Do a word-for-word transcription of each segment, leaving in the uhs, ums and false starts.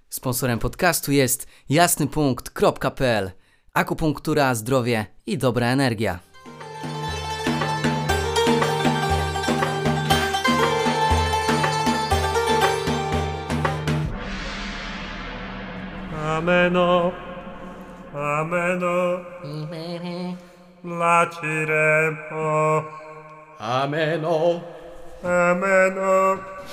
Sponsorem podcastu jest jasny punkt kropka p l. Akupunktura, zdrowie i dobra energia. Ameno, ameno, laciremo, Ameno. ameno.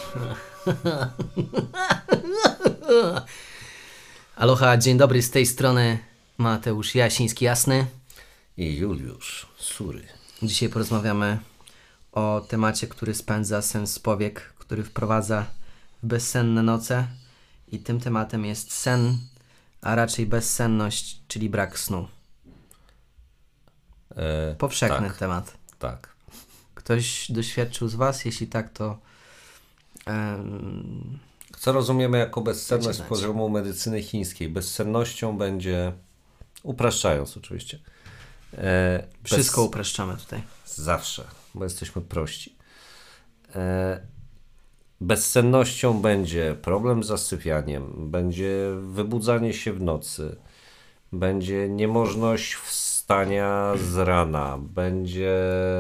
Aloha, dzień dobry, z tej strony Mateusz Jasiński-Jasny i Juliusz Sury. Dzisiaj porozmawiamy o temacie, który spędza sen z powiek, który wprowadza w bezsenne noce, i tym tematem jest sen, a raczej bezsenność, czyli brak snu. E, Powszechny tak, temat. Tak. Ktoś doświadczył z Was? Jeśli tak, to um, Co rozumiemy jako bezsenność z znać. poziomu medycyny chińskiej? Bezsennością będzie, upraszczając oczywiście, e, wszystko bez... upraszczamy tutaj. Zawsze, bo jesteśmy prości. E, bezsennością będzie problem z zasypianiem, będzie wybudzanie się w nocy, będzie niemożność wstania z rana, będzie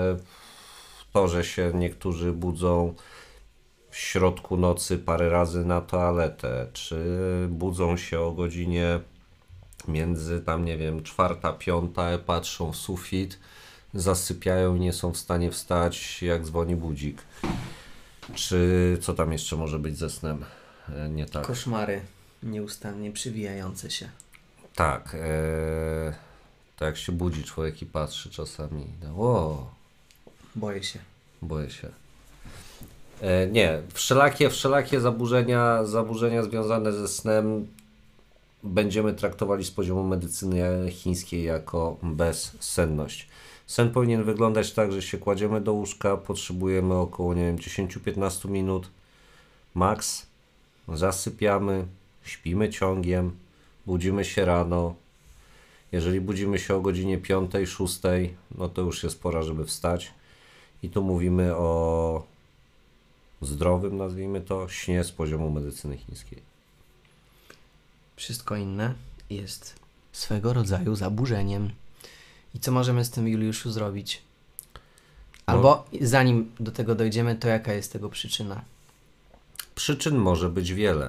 to, że się niektórzy budzą w środku nocy parę razy na toaletę, czy budzą się o godzinie między tam, nie wiem, czwarta, piąta, patrzą w sufit, zasypiają i nie są w stanie wstać, jak dzwoni budzik. Czy co tam jeszcze może być ze snem nie tak? Koszmary nieustannie przywijające się. Tak. E, to jak się budzi człowiek i patrzy czasami, o, Boję się. boję się. E, nie, wszelakie, wszelakie zaburzenia, zaburzenia związane ze snem będziemy traktowali z poziomu medycyny chińskiej jako bezsenność. Sen powinien wyglądać tak, że się kładziemy do łóżka, potrzebujemy około, nie wiem, dziesięć do piętnastu minut max, zasypiamy, śpimy ciągiem, budzimy się rano. Jeżeli budzimy się o godzinie piątej, szóstej, no to już jest pora, żeby wstać. I tu mówimy o zdrowym, nazwijmy to, śnie z poziomu medycyny chińskiej. Wszystko inne jest swego rodzaju zaburzeniem. I co możemy z tym, Juliuszu, zrobić? Albo no, zanim do tego dojdziemy, to jaka jest tego przyczyna? Przyczyn może być wiele.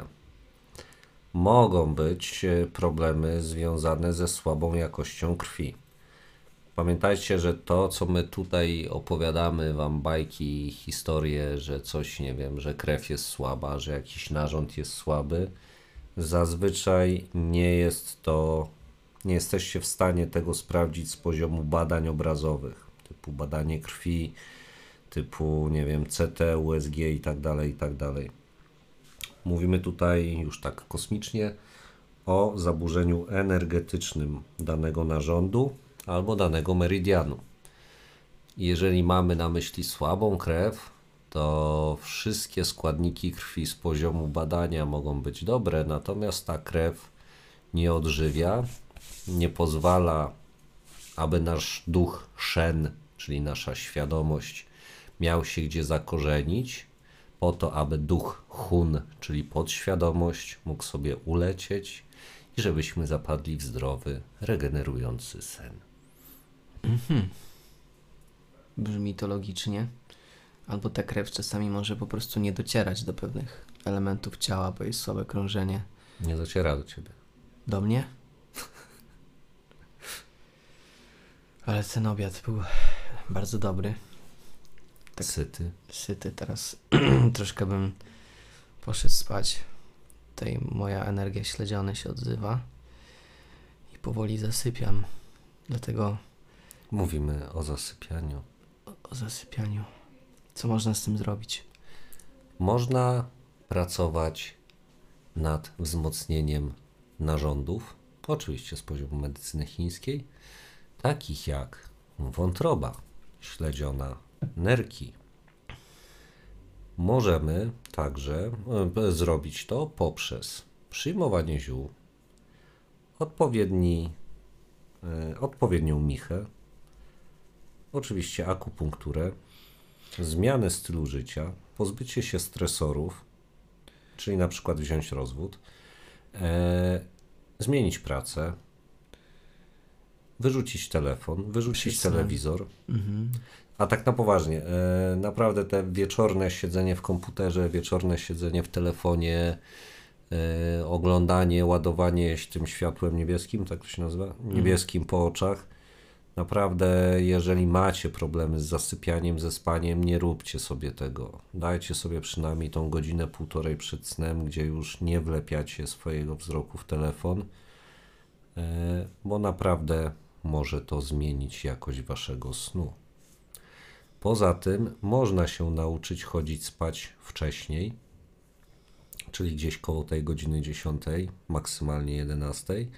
Mogą być problemy związane ze słabą jakością krwi. Pamiętajcie, że to, co my tutaj opowiadamy wam, bajki, historie, że coś, nie wiem, że krew jest słaba, że jakiś narząd jest słaby, zazwyczaj nie jest to, nie jesteście w stanie tego sprawdzić z poziomu badań obrazowych, typu badanie krwi, typu, nie wiem, C T, U S G i tak dalej, i tak dalej. Mówimy tutaj już tak kosmicznie o zaburzeniu energetycznym danego narządu albo danego meridianu. Jeżeli mamy na myśli słabą krew, to wszystkie składniki krwi z poziomu badania mogą być dobre, natomiast ta krew nie odżywia, nie pozwala, aby nasz duch shen, czyli nasza świadomość, miał się gdzie zakorzenić, po to, aby duch hun, czyli podświadomość, mógł sobie ulecieć i żebyśmy zapadli w zdrowy, regenerujący sen. Mhm. Brzmi to logicznie. Albo ta krew czasami może po prostu nie docierać do pewnych elementów ciała, bo jest słabe krążenie. Nie dociera do ciebie. Do mnie? Ale ten obiad był bardzo dobry. Tak syty. Syty. Teraz troszkę bym poszedł spać. Tutaj moja energia śledziony się odzywa i powoli zasypiam. Dlatego mówimy o zasypianiu. O, o zasypianiu. Co można z tym zrobić? Można pracować nad wzmocnieniem narządów, oczywiście z poziomu medycyny chińskiej, takich jak wątroba, śledziona, nerki. Możemy także e, zrobić to poprzez przyjmowanie ziół, odpowiedni, e, odpowiednią michę, oczywiście akupunkturę, zmianę stylu życia, pozbycie się stresorów, czyli na przykład wziąć rozwód, e, zmienić pracę, wyrzucić telefon, wyrzucić Przed snem. telewizor. Mhm. A tak na poważnie, e, naprawdę te wieczorne siedzenie w komputerze, wieczorne siedzenie w telefonie, e, oglądanie, ładowanie się tym światłem niebieskim, tak to się nazywa? Niebieskim po oczach. Naprawdę, jeżeli macie problemy z zasypianiem, ze spaniem, nie róbcie sobie tego. Dajcie sobie przynajmniej tą godzinę, półtorej przed snem, gdzie już nie wlepiacie swojego wzroku w telefon, e, bo naprawdę może to zmienić jakość waszego snu. Poza tym można się nauczyć chodzić spać wcześniej, czyli gdzieś koło tej godziny dziesiątej, maksymalnie jedenastej,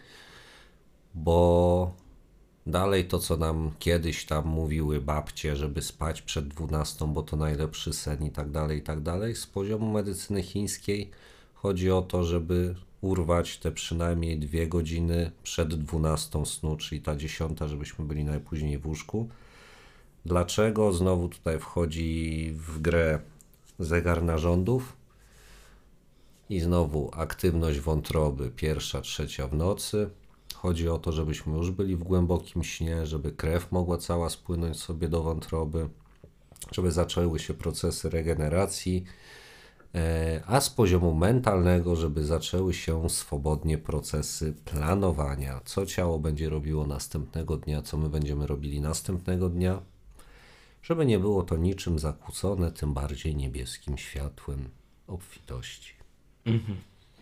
bo dalej to, co nam kiedyś tam mówiły babcie, żeby spać przed dwunastą, bo to najlepszy sen i tak dalej, i tak dalej. Z poziomu medycyny chińskiej chodzi o to, żeby urwać te przynajmniej dwie godziny przed dwunastą snu, czyli ta dziesiąta, żebyśmy byli najpóźniej w łóżku. Dlaczego? Znowu tutaj wchodzi w grę zegar narządów i znowu aktywność wątroby pierwsza, trzecia w nocy. Chodzi o to, żebyśmy już byli w głębokim śnie, żeby krew mogła cała spłynąć sobie do wątroby, żeby zaczęły się procesy regeneracji, a z poziomu mentalnego, żeby zaczęły się swobodnie procesy planowania, co ciało będzie robiło następnego dnia, co my będziemy robili następnego dnia, żeby nie było to niczym zakłócone, tym bardziej niebieskim światłem obfitości. Mhm.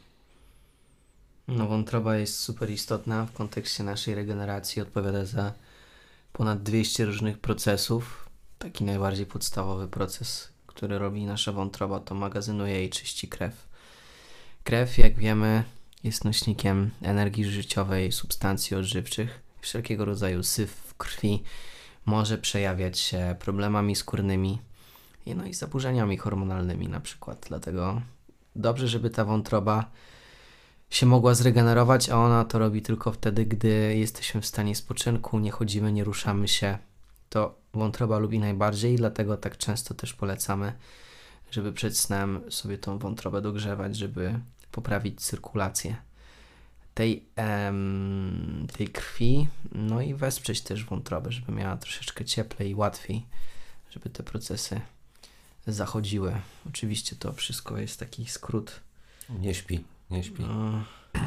No, wątroba jest super istotna w kontekście naszej regeneracji. Odpowiada za ponad dwieście różnych procesów. Taki najbardziej podstawowy proces, który robi nasza wątroba, to magazynuje i czyści krew. Krew, jak wiemy, jest nośnikiem energii życiowej, substancji odżywczych. Wszelkiego rodzaju syf w krwi może przejawiać się problemami skórnymi, no i zaburzeniami hormonalnymi na przykład. Dlatego dobrze, żeby ta wątroba się mogła zregenerować, a ona to robi tylko wtedy, gdy jesteśmy w stanie spoczynku, nie chodzimy, nie ruszamy się. To wątroba lubi najbardziej, dlatego tak często też polecamy, żeby przed snem sobie tą wątrobę dogrzewać, żeby poprawić cyrkulację tej, em, tej krwi, no i wesprzeć też wątrobę, żeby miała troszeczkę cieplej i łatwiej, żeby te procesy zachodziły. Oczywiście to wszystko jest taki skrót. Nie śpi, nie śpi. No.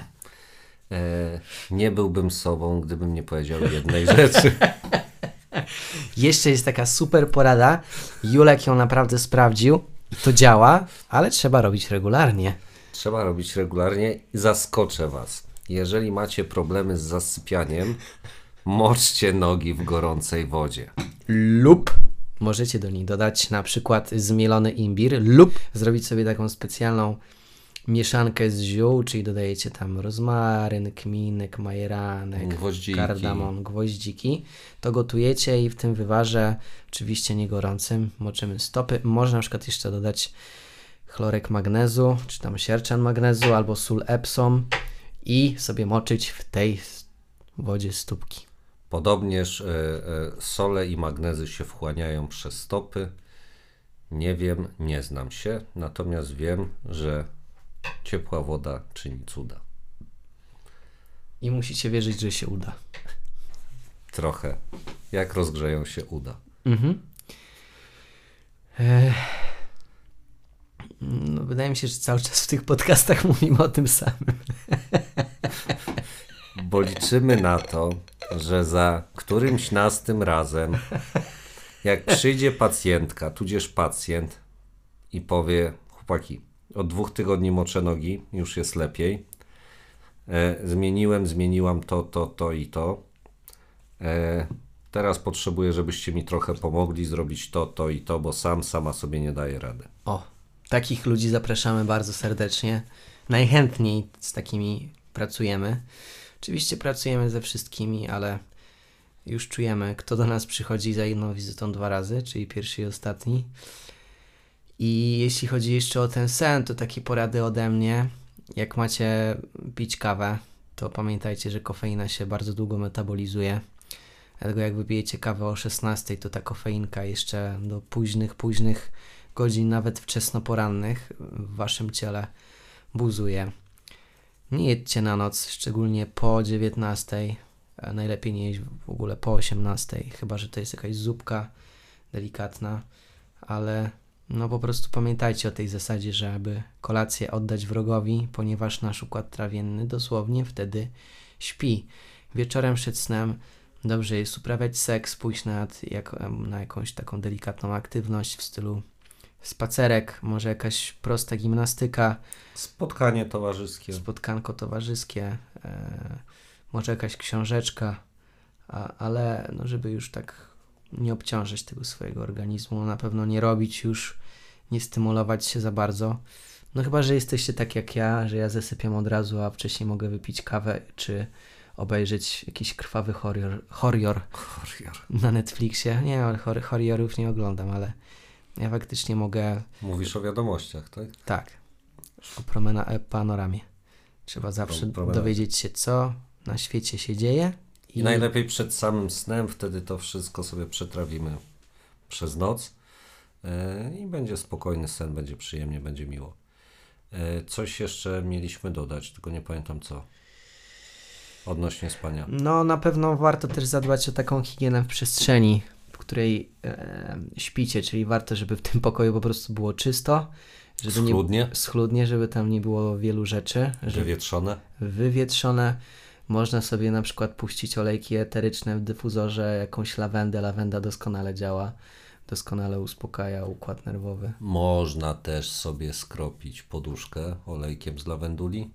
E, nie byłbym sobą, gdybym nie powiedział jednej rzeczy. Jeszcze jest taka super porada. Julek ją naprawdę sprawdził. To działa, ale trzeba robić regularnie. Trzeba robić regularnie i zaskoczę was. Jeżeli macie problemy z zasypianiem, moczcie nogi w gorącej wodzie. Lub możecie do niej dodać na przykład zmielony imbir lub zrobić sobie taką specjalną mieszankę z ziół, czyli dodajecie tam rozmaryn, kminek, majeranek, Gwoździki. kardamon, gwoździki. To gotujecie i w tym wywarze, oczywiście nie gorącym, moczymy stopy. Można na przykład jeszcze dodać chlorek magnezu, czy tam sierczan magnezu, albo sól Epsom i sobie moczyć w tej wodzie stópki. Podobnież e, e, sole i magnezy się wchłaniają przez stopy. Nie wiem, nie znam się, natomiast wiem, że ciepła woda czyni cuda. I musicie wierzyć, że się uda. Trochę. Jak rozgrzeją się uda. Mhm. Ech. No, wydaje mi się, że cały czas w tych podcastach mówimy o tym samym. Bo liczymy na to, że za którymś nastym razem, jak przyjdzie pacjentka, tudzież pacjent i powie: chłopaki, od dwóch tygodni moczę nogi, już jest lepiej. E, zmieniłem, zmieniłam to, to, to i to. E, teraz potrzebuję, żebyście mi trochę pomogli zrobić to, to i to, bo sam, sama sobie nie daję rady. O, takich ludzi zapraszamy bardzo serdecznie. Najchętniej z takimi pracujemy. Oczywiście pracujemy ze wszystkimi, ale już czujemy, kto do nas przychodzi za jedną wizytą dwa razy, czyli pierwszy i ostatni. I jeśli chodzi jeszcze o ten sen, to takie porady ode mnie. Jak macie pić kawę, to pamiętajcie, że kofeina się bardzo długo metabolizuje. Dlatego jak wypijecie kawę o szesnastej, to ta kofeinka jeszcze do późnych, późnych godzin, nawet wczesnoporannych w waszym ciele buzuje. Nie jedźcie na noc, szczególnie po dziewiętnastej, a najlepiej nie jeść w ogóle po osiemnastej, chyba że to jest jakaś zupka delikatna, ale no po prostu pamiętajcie o tej zasadzie, że aby kolację oddać wrogowi, ponieważ nasz układ trawienny dosłownie wtedy śpi. Wieczorem przed snem dobrze jest uprawiać seks, pójść na, jak, na jakąś taką delikatną aktywność w stylu spacerek, może jakaś prosta gimnastyka, Spotkanie towarzyskie. spotkanko towarzyskie, e, może jakaś książeczka, a, ale no żeby już tak nie obciążać tego swojego organizmu, na pewno nie robić już, nie stymulować się za bardzo. No chyba, że jesteście tak jak ja, że ja zasypiam od razu, a wcześniej mogę wypić kawę, czy obejrzeć jakiś krwawy horror, horror Horror. na Netflixie. Nie, hor- horrorów nie oglądam, ale ja faktycznie mogę, Mówisz o wiadomościach, tak? tak, o promena- e, panoramie. Trzeba zawsze Promenada. dowiedzieć się, co na świecie się dzieje. I najlepiej przed samym snem, wtedy to wszystko sobie przetrawimy przez noc yy, i będzie spokojny sen, będzie przyjemnie, będzie miło. Yy, coś jeszcze mieliśmy dodać, tylko nie pamiętam co. Odnośnie spania. No na pewno warto też zadbać o taką higienę w przestrzeni, w której e, śpicie, czyli warto, żeby w tym pokoju po prostu było czysto, żeby Schludnie? nie schludnie, żeby tam nie było wielu rzeczy, żeby Wywietrzone? wywietrzone. Można sobie na przykład puścić olejki eteryczne w dyfuzorze, jakąś lawendę. Lawenda doskonale działa, doskonale uspokaja układ nerwowy. Można też sobie skropić poduszkę olejkiem z lawenduli.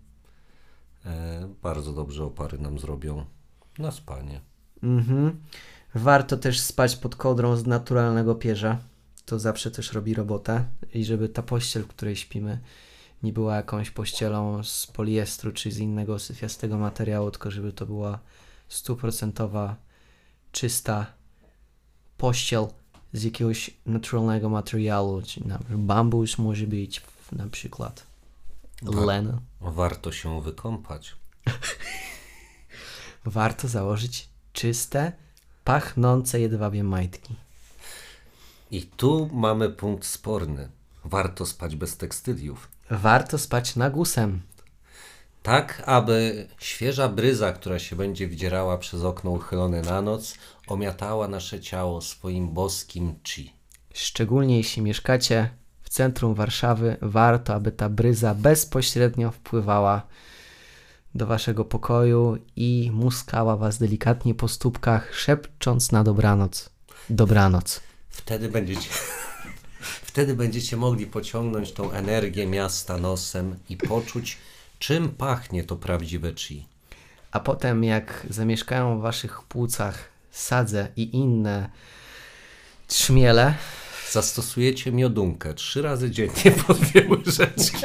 E, bardzo dobrze opary nam zrobią na spanie. Mhm. Warto też spać pod kołdrą z naturalnego pierza. To zawsze też robi robotę. I żeby ta pościel, w której śpimy, nie była jakąś pościelą z poliestru czy z innego syfiastego materiału, tylko żeby to była stuprocentowa, czysta pościel z jakiegoś naturalnego materiału. Czyli na przykład bambus może być, na przykład Wa- lena. Warto się wykąpać. Warto założyć czyste, pachnące jedwabiem majtki. I tu mamy punkt sporny. Warto spać bez tekstyliów. Warto spać nagusem. Tak, aby świeża bryza, która się będzie wdzierała przez okno uchylone na noc, omiatała nasze ciało swoim boskim chi. Szczególnie jeśli mieszkacie w centrum Warszawy, warto, aby ta bryza bezpośrednio wpływała do waszego pokoju i muskała was delikatnie po stópkach, szepcząc na dobranoc. Dobranoc. Wtedy będziecie, wtedy będziecie mogli pociągnąć tą energię miasta nosem i poczuć, czym pachnie to prawdziwe chi. A potem jak zamieszkają w waszych płucach sadze i inne trzmiele, Zastosujecie miodunkę trzy razy dziennie po dwie łyżeczki.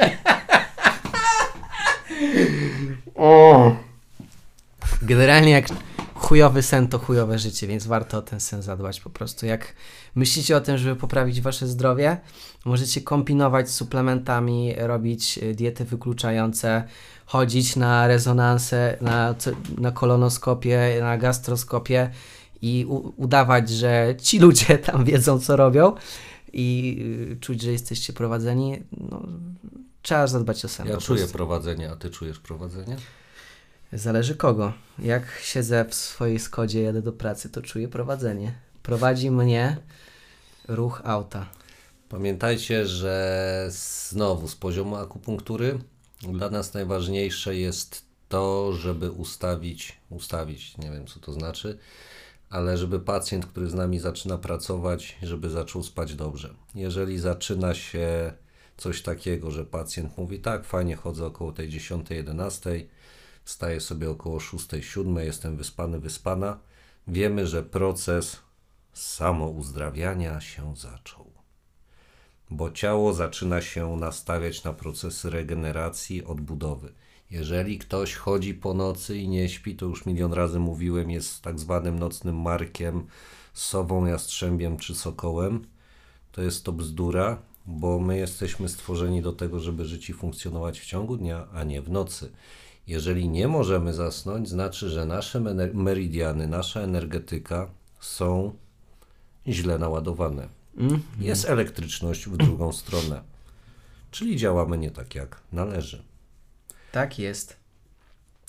generalnie jak chujowy sen to chujowe życie, więc warto o ten sen zadbać po prostu. Jak myślicie o tym, żeby poprawić wasze zdrowie, możecie kombinować z suplementami, robić y, diety wykluczające, chodzić na rezonanse, na, co- na kolonoskopię, na gastroskopię i u- udawać, że ci ludzie tam wiedzą, co robią i y, czuć, że jesteście prowadzeni. No, trzeba zadbać o sen. Ja po czuję prostu. prowadzenie, a ty czujesz prowadzenie? Zależy kogo. Jak siedzę w swojej Skodzie, jadę do pracy, to czuję prowadzenie. Prowadzi mnie ruch auta. Pamiętajcie, że znowu z poziomu akupunktury dla nas najważniejsze jest to, żeby ustawić, ustawić, nie wiem co to znaczy, ale żeby pacjent, który z nami zaczyna pracować, żeby zaczął spać dobrze. Jeżeli zaczyna się coś takiego, że pacjent mówi tak, fajnie chodzę około tej dziesiątej, jedenastej, wstaję sobie około szóstej, siódmej, jestem wyspany, wyspana, wiemy, że proces samouzdrawiania się zaczął. Bo ciało zaczyna się nastawiać na procesy regeneracji, odbudowy. Jeżeli ktoś chodzi po nocy i nie śpi, to już milion razy mówiłem, jest tak zwanym nocnym markiem, sową, jastrzębiem czy sokołem. To jest to bzdura, bo my jesteśmy stworzeni do tego, żeby żyć i funkcjonować w ciągu dnia, a nie w nocy. Jeżeli nie możemy zasnąć, znaczy, że nasze mener- meridiany, nasza energetyka są źle naładowane. Mm? Jest elektryczność w drugą stronę. Czyli działamy nie tak jak należy. Tak jest.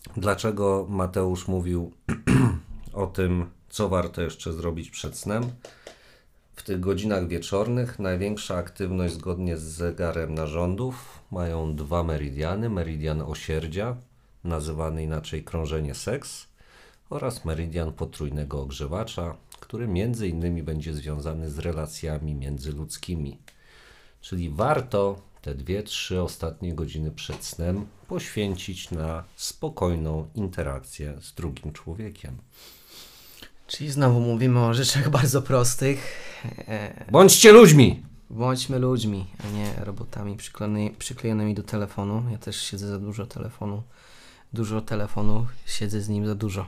Dlaczego Mateusz mówił o tym, co warto jeszcze zrobić przed snem? W tych godzinach wieczornych największa aktywność zgodnie z zegarem narządów mają dwa meridiany. Meridian osierdzia, nazywany inaczej krążenie seks, oraz meridian potrójnego ogrzewacza, który między innymi będzie związany z relacjami międzyludzkimi. Czyli warto te dwie, trzy ostatnie godziny przed snem poświęcić na spokojną interakcję z drugim człowiekiem. Czyli znowu mówimy o rzeczach bardzo prostych. E, Bądźcie ludźmi! bądźmy ludźmi, a nie robotami przyklejonymi, przyklejonymi do telefonu. Ja też siedzę za dużo telefonu. Dużo telefonu, siedzę z nim za dużo.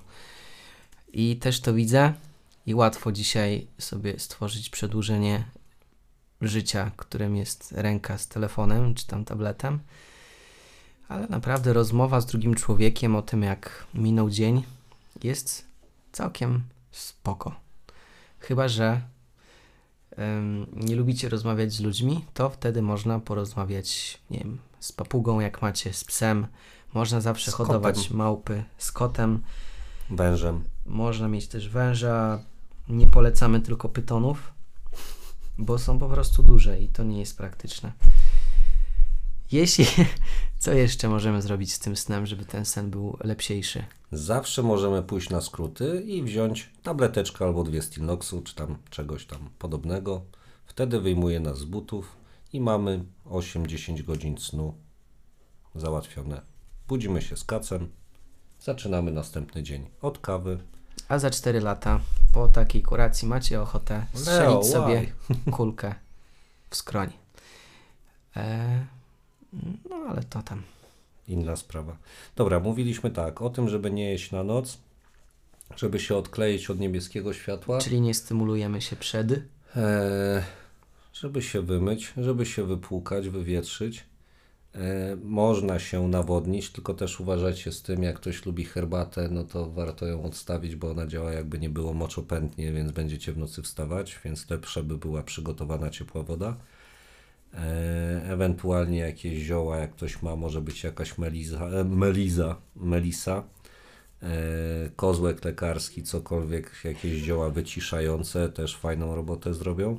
I też to widzę i łatwo dzisiaj sobie stworzyć przedłużenie życia, którym jest ręka z telefonem czy tam tabletem. Ale naprawdę rozmowa z drugim człowiekiem o tym, jak minął dzień, jest całkiem spoko. Chyba że um, nie lubicie rozmawiać z ludźmi, to wtedy można porozmawiać, nie wiem, z papugą, jak macie, z psem. Można zawsze Z hodować kotem. małpy z kotem. Wężem. Można mieć też węża. Nie polecamy tylko pytonów, bo są po prostu duże i to nie jest praktyczne. Jeśli... Co jeszcze możemy zrobić z tym snem, żeby ten sen był lepsiejszy? Zawsze możemy pójść na skróty i wziąć tableteczkę albo dwie Stilnoxu, czy tam czegoś tam podobnego. Wtedy wyjmuje nas z butów i mamy osiem do dziesięciu godzin snu załatwione. Budzimy się z kacem, zaczynamy następny dzień od kawy. A za cztery lata po takiej kuracji macie ochotę strzelić Leo, sobie kulkę w skroń. E, no ale to tam. Inna sprawa. Dobra, mówiliśmy tak, o tym, żeby nie jeść na noc, żeby się odkleić od niebieskiego światła. Czyli nie stymulujemy się przed. Eee, żeby się wymyć, żeby się wypłukać, wywietrzyć. Eee, można się nawodnić, tylko też uważajcie z tym, jak ktoś lubi herbatę, no to warto ją odstawić, bo ona działa jakby nie było moczopętnie, więc będziecie w nocy wstawać, więc lepsze by była przygotowana ciepła woda. E, ewentualnie jakieś zioła, jak ktoś ma, może być jakaś meliza, e, meliza, melisa, e, kozłek lekarski, cokolwiek, jakieś zioła wyciszające też fajną robotę zrobią.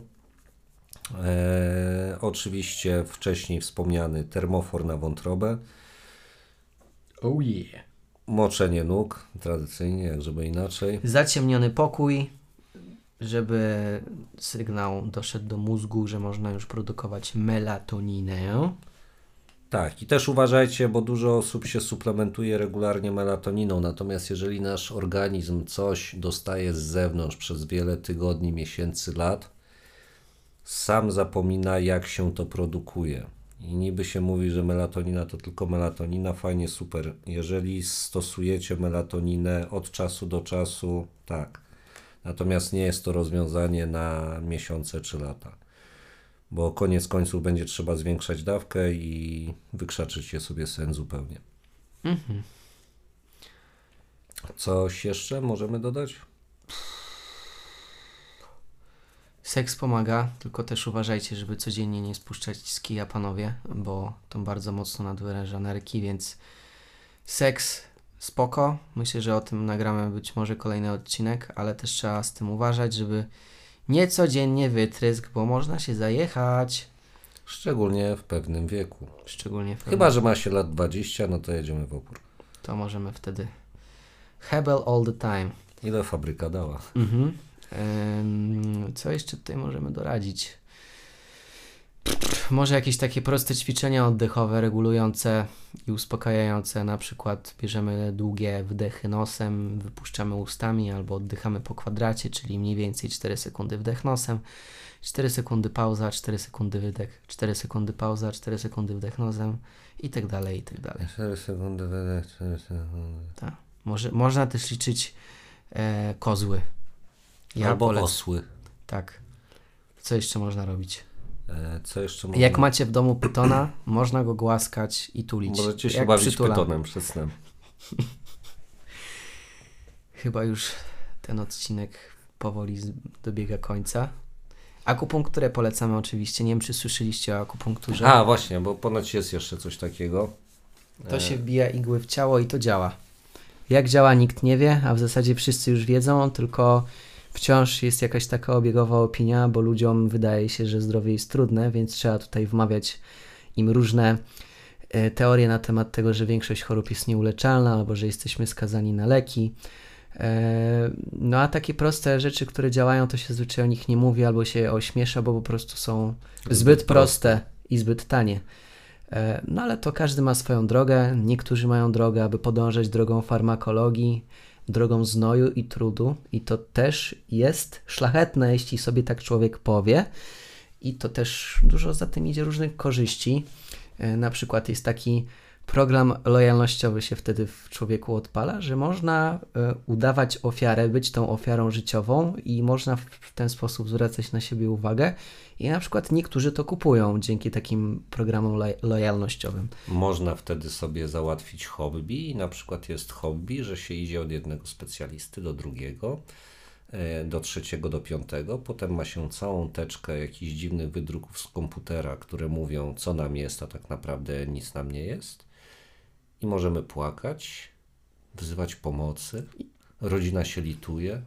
E, oczywiście wcześniej wspomniany termofor na wątrobę. Oh yeah. Moczenie nóg, tradycyjnie, jak żeby inaczej. Zaciemniony pokój, żeby sygnał doszedł do mózgu, że można już produkować melatoninę. Tak, i też uważajcie, bo dużo osób się suplementuje regularnie melatoniną, natomiast jeżeli nasz organizm coś dostaje z zewnątrz przez wiele tygodni, miesięcy, lat, sam zapomina, jak się to produkuje. I niby się mówi, że melatonina to tylko melatonina, fajnie, super. Jeżeli stosujecie melatoninę od czasu do czasu, tak. Natomiast nie jest to rozwiązanie na miesiące czy lata. Bo koniec końców będzie trzeba zwiększać dawkę i wykrzaczyć je sobie sen zupełnie. Mhm. Coś jeszcze możemy dodać? Seks pomaga, tylko też uważajcie, żeby codziennie nie spuszczać z kija, panowie, bo to bardzo mocno nadwyręża nerki, więc seks spoko. Myślę, że o tym nagramy być może kolejny odcinek, ale też trzeba z tym uważać, żeby nie codziennie wytrysk, bo można się zajechać. Szczególnie w pewnym wieku. Szczególnie w Chyba że ma się lat dwadzieścia, no to jedziemy w opór. To możemy wtedy hebel all the time. Ile fabryka dała? Mhm. Ym, co jeszcze tutaj możemy doradzić? Może jakieś takie proste ćwiczenia oddechowe, regulujące i uspokajające. Na przykład bierzemy długie wdechy nosem, wypuszczamy ustami albo oddychamy po kwadracie, czyli mniej więcej cztery sekundy wdech nosem, cztery sekundy pauza, cztery sekundy wydech, cztery sekundy pauza, cztery sekundy wdech nosem i tak dalej, i tak dalej. cztery sekundy wydech, cztery sekundy. Tak. Może, można też liczyć e, kozły. Ja Albo polec- osły. Tak. Co jeszcze można robić? E, co jeszcze można? Jak macie w domu pytona, można go głaskać i tulić. Możecie się Jak bawić przytulam. pytonem przed snem. Chyba już ten odcinek powoli z- dobiega końca. Akupunkturę polecamy oczywiście. Nie wiem, czy słyszeliście o akupunkturze. A, właśnie, bo ponoć jest jeszcze coś takiego. To się wbija igły w ciało i to działa. Jak działa, nikt nie wie, a w zasadzie wszyscy już wiedzą, tylko wciąż jest jakaś taka obiegowa opinia, bo ludziom wydaje się, że zdrowie jest trudne, więc trzeba tutaj wmawiać im różne e, teorie na temat tego, że większość chorób jest nieuleczalna, albo że jesteśmy skazani na leki. E, no a takie proste rzeczy, które działają, to się zwyczaj o nich nie mówi, albo się ośmiesza, bo po prostu są zbyt, zbyt proste i zbyt tanie. E, no ale to każdy ma swoją drogę. Niektórzy mają drogę, aby podążać drogą farmakologii, drogą znoju i trudu, i to też jest szlachetne, jeśli sobie tak człowiek powie, i to też dużo za tym idzie różnych korzyści. E, na przykład jest taki program lojalnościowy się wtedy w człowieku odpala, że można e, udawać ofiarę, być tą ofiarą życiową i można w, w ten sposób zwracać na siebie uwagę, i na przykład niektórzy to kupują dzięki takim programom lo- lojalnościowym. Można wtedy sobie załatwić hobby i na przykład jest hobby, że się idzie od jednego specjalisty do drugiego, do trzeciego, do piątego, potem ma się całą teczkę jakichś dziwnych wydruków z komputera, które mówią, co nam jest, a tak naprawdę nic nam nie jest, i możemy płakać, wzywać pomocy, rodzina się lituje,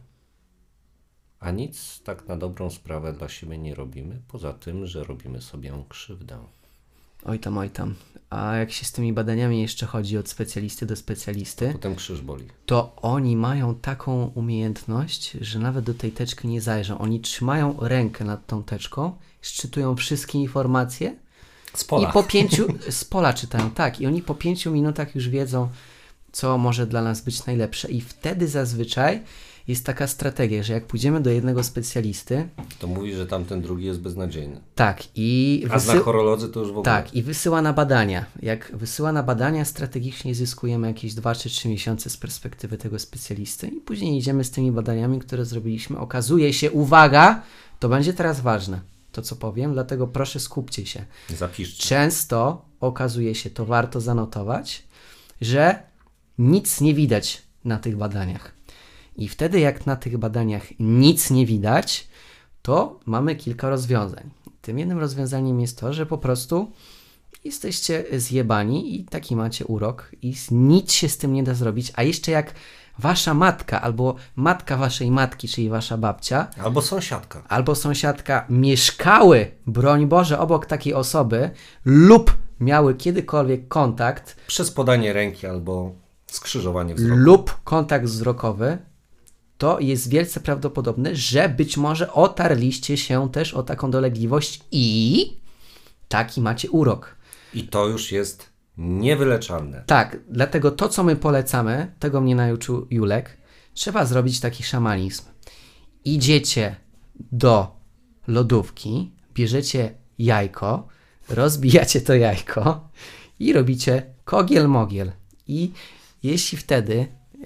a nic tak na dobrą sprawę dla siebie nie robimy, poza tym, że robimy sobie krzywdę. Oj tam, oj tam. A jak się z tymi badaniami jeszcze chodzi od specjalisty do specjalisty, Potem krzyż boli. to oni mają taką umiejętność, że nawet do tej teczki nie zajrzą. Oni trzymają rękę nad tą teczką, szczytują wszystkie informacje Z pola. i po pięciu... z pola czytają, tak. I oni po pięciu minutach już wiedzą, co może dla nas być najlepsze. I wtedy zazwyczaj jest taka strategia, że jak pójdziemy do jednego specjalisty... To mówi, że tamten drugi jest beznadziejny. Tak, i... A zna chorolodzy to już w ogóle. Tak, i wysyła na badania. Jak wysyła na badania, strategicznie zyskujemy jakieś dwa czy trzy miesiące z perspektywy tego specjalisty i później idziemy z tymi badaniami, które zrobiliśmy. Okazuje się, uwaga, to będzie teraz ważne, to co powiem, dlatego proszę skupcie się. Zapiszcie. Często okazuje się, to warto zanotować, że nic nie widać na tych badaniach. I wtedy jak na tych badaniach nic nie widać, to mamy kilka rozwiązań. Tym jednym rozwiązaniem jest to, że po prostu jesteście zjebani i taki macie urok i nic się z tym nie da zrobić, a jeszcze jak wasza matka albo matka waszej matki, czyli wasza babcia, Albo sąsiadka. albo sąsiadka mieszkały, broń Boże, obok takiej osoby lub miały kiedykolwiek kontakt Przez podanie ręki albo skrzyżowanie wzroku. lub kontakt wzrokowy, to jest wielce prawdopodobne, że być może otarliście się też o taką dolegliwość i taki macie urok. I to już jest niewyleczalne. Tak, dlatego to, co my polecamy, tego mnie nauczył Julek, trzeba zrobić taki szamanizm. Idziecie do lodówki, bierzecie jajko, rozbijacie to jajko i robicie kogiel-mogiel. I jeśli wtedy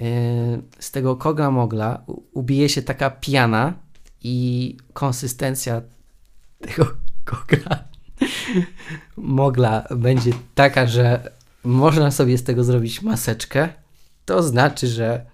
z tego kogla mogla ubije się taka piana i konsystencja tego kogla mogla będzie taka, że można sobie z tego zrobić maseczkę, to znaczy, że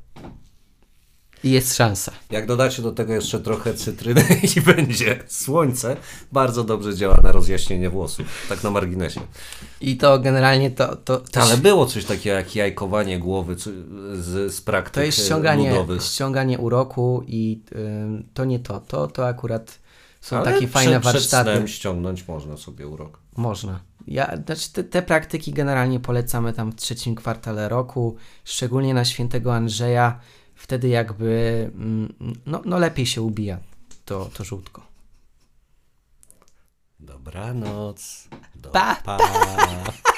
jest szansa. Jak dodacie do tego jeszcze trochę cytryny i będzie słońce, bardzo dobrze działa na rozjaśnienie włosów. Tak na marginesie. I to generalnie to... to, to Ale było coś takiego jak jajkowanie głowy co- z, z praktyk To jest ściąganie, ludowych. ściąganie uroku i y, to nie to. To, to akurat są Ale takie fajne przed, warsztaty. Przed snem ściągnąć można sobie urok. Można. Ja, znaczy te, te praktyki generalnie polecamy tam w trzecim kwartale roku, szczególnie na świętego Andrzeja. Wtedy jakby mm, no, no lepiej się ubija to, to żółtko. Dobranoc. Do Pa, pa.